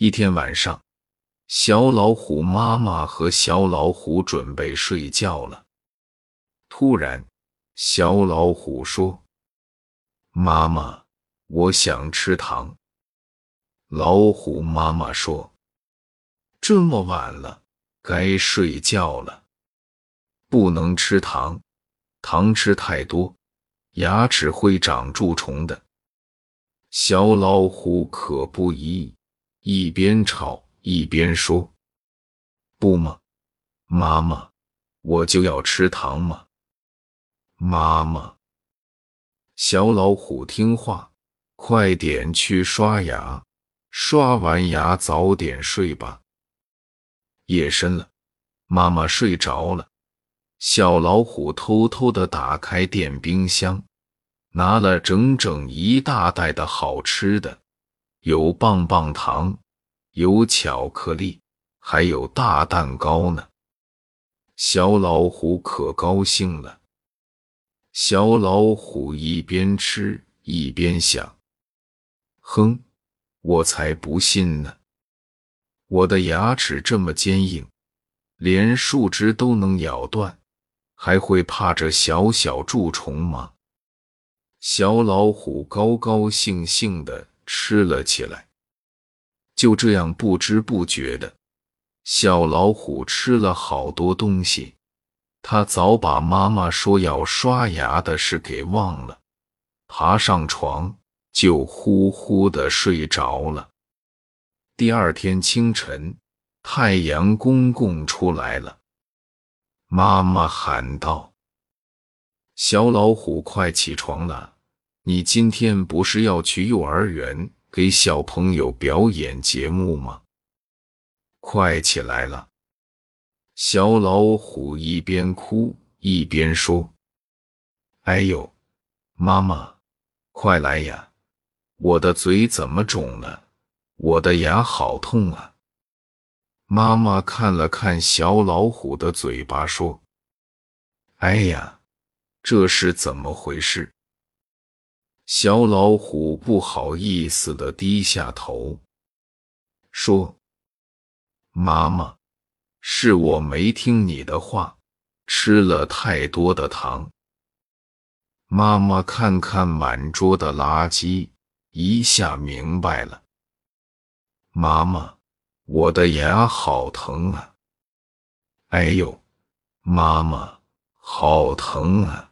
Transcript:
一天晚上，小老虎妈妈和小老虎准备睡觉了。突然，小老虎说：妈妈，我想吃糖。老虎妈妈说：这么晚了，该睡觉了，不能吃糖，糖吃太多，牙齿会长蛀虫的。小老虎可不依，一边吵一边说：不嘛，妈妈，我就要吃糖嘛。妈妈。小老虎听话，快点去刷牙，刷完牙早点睡吧。夜深了，妈妈睡着了，小老虎偷偷地打开电冰箱，拿了整整一大袋的好吃的，有棒棒糖，有巧克力，还有大蛋糕呢。小老虎可高兴了。小老虎一边吃一边想：哼，我才不信呢！我的牙齿这么坚硬，连树枝都能咬断，还会怕这小小蛀虫吗？小老虎高高兴兴地吃了起来。就这样不知不觉的，小老虎吃了好多东西。他早把妈妈说要刷牙的事给忘了，爬上床就呼呼地睡着了。第二天清晨，太阳公公出来了，妈妈喊道：小老虎，快起床了，你今天不是要去幼儿园给小朋友表演节目吗？快起来了。小老虎一边哭一边说：哎呦，妈妈，快来呀，我的嘴怎么肿了？我的牙好痛啊。妈妈看了看小老虎的嘴巴说：哎呀，这是怎么回事？小老虎不好意思地低下头，说：妈妈，是我没听你的话，吃了太多的糖。妈妈看看满桌的垃圾，一下明白了。妈妈，我的牙好疼啊！哎呦，妈妈，好疼啊！